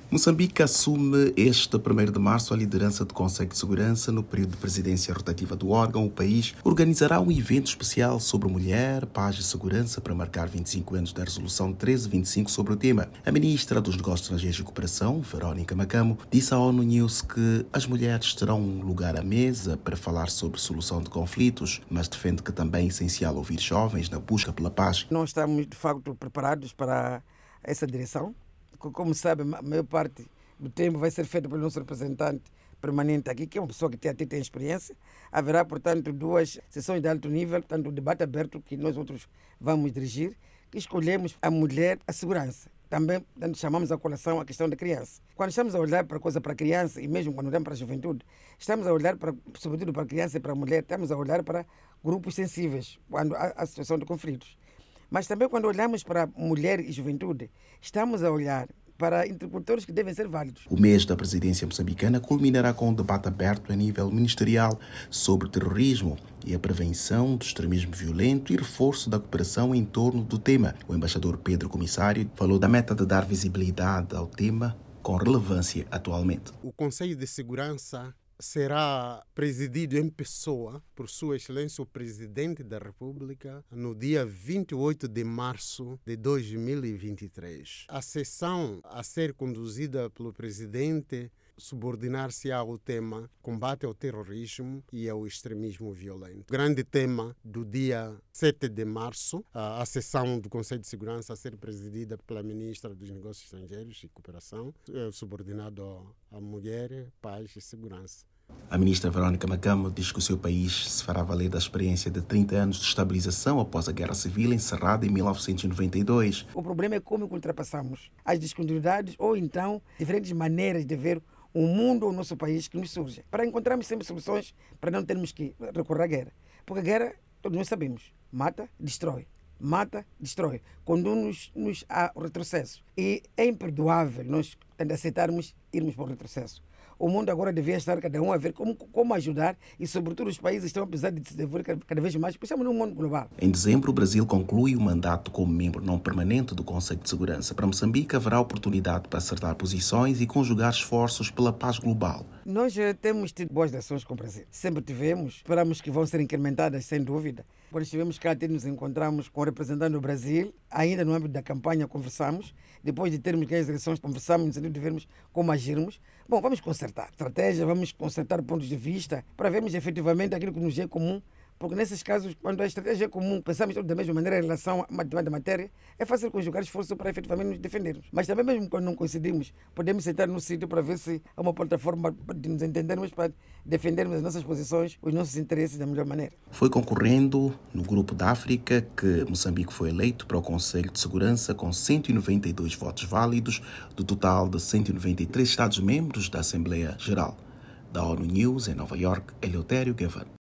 Moçambique assume este 1º de março a liderança do Conselho de Segurança. No período de presidência rotativa do órgão, o país organizará um evento especial sobre mulher, paz e segurança para marcar 25 anos da Resolução 1325 sobre o tema. A ministra dos Negócios Estrangeiros e Cooperação, Verônica Macamo, disse à ONU News que as mulheres terão um lugar à mesa para falar sobre solução de conflitos, mas defende que também é essencial ouvir jovens na busca pela paz. Não estamos, de facto, preparados para essa direção. Como sabe, a maior parte do tempo vai ser feito pelo nosso representante permanente aqui, que é uma pessoa que até tem experiência. Haverá, portanto, 2 sessões de alto nível, portanto, o debate aberto que nós outros vamos dirigir, que escolhemos a mulher, a segurança. Também portanto, chamamos a colação a questão da criança. Quando estamos a olhar para coisa para a criança, e mesmo quando olhamos para a juventude, estamos a olhar, sobretudo para a criança e para a mulher, estamos a olhar para grupos sensíveis, quando há a situação de conflitos. Mas também quando olhamos para mulher e juventude, estamos a olhar para interlocutores que devem ser válidos. O mês da presidência moçambicana culminará com um debate aberto a nível ministerial sobre terrorismo e a prevenção do extremismo violento e reforço da cooperação em torno do tema. O embaixador Pedro Comissário falou da meta de dar visibilidade ao tema com relevância atualmente. O Conselho de Segurança será presidido em pessoa por Sua Excelência o Presidente da República no dia 28 de março de 2023. A sessão a ser conduzida pelo Presidente subordinar-se ao tema combate ao terrorismo e ao extremismo violento. O grande tema do dia 7 de março, a sessão do Conselho de Segurança a ser presidida pela Ministra dos Negócios Estrangeiros e Cooperação, subordinado à mulher, paz e segurança. A ministra Verônica Macamo diz que o seu país se fará valer da experiência de 30 anos de estabilização após a Guerra Civil encerrada em 1992. O problema é como ultrapassamos as descontinuidades ou então diferentes maneiras de ver o mundo ou o nosso país que nos surge, para encontrarmos sempre soluções para não termos que recorrer à guerra. Porque a guerra, todos nós sabemos, mata, destrói. Mata, destrói. Conduz-nos ao retrocesso. E é imperdoável nós aceitarmos irmos para o retrocesso. O mundo agora devia estar cada um a ver como ajudar e, sobretudo, os países estão a precisar de se desenvolver cada vez mais, especialmente no mundo global. Em dezembro, o Brasil conclui o mandato como membro não permanente do Conselho de Segurança. Para Moçambique, haverá oportunidade para acertar posições e conjugar esforços pela paz global. Nós temos tido boas relações com o Brasil. Sempre tivemos, esperamos que vão ser incrementadas, sem dúvida. Quando estivemos cá, nos encontramos com o representante do Brasil, ainda no âmbito da campanha conversamos, depois de termos ganho as eleições, conversamos no sentido de vermos como agirmos. Bom, vamos consertar estratégia, vamos consertar pontos de vista para vermos efetivamente aquilo que nos é comum, porque nesses casos, quando a estratégia é comum, pensamos todos da mesma maneira em relação à determinada matéria, é fácil conjugar esforço para efetivamente nos defendermos. Mas também mesmo quando não coincidimos, podemos sentar no sítio para ver se há uma plataforma de nos entendermos para defendermos as nossas posições, os nossos interesses da melhor maneira. Foi concorrendo no Grupo da África que Moçambique foi eleito para o Conselho de Segurança com 192 votos válidos, do total de 193 Estados-membros da Assembleia Geral. Da ONU News, em Nova York, Eleutério Guevara.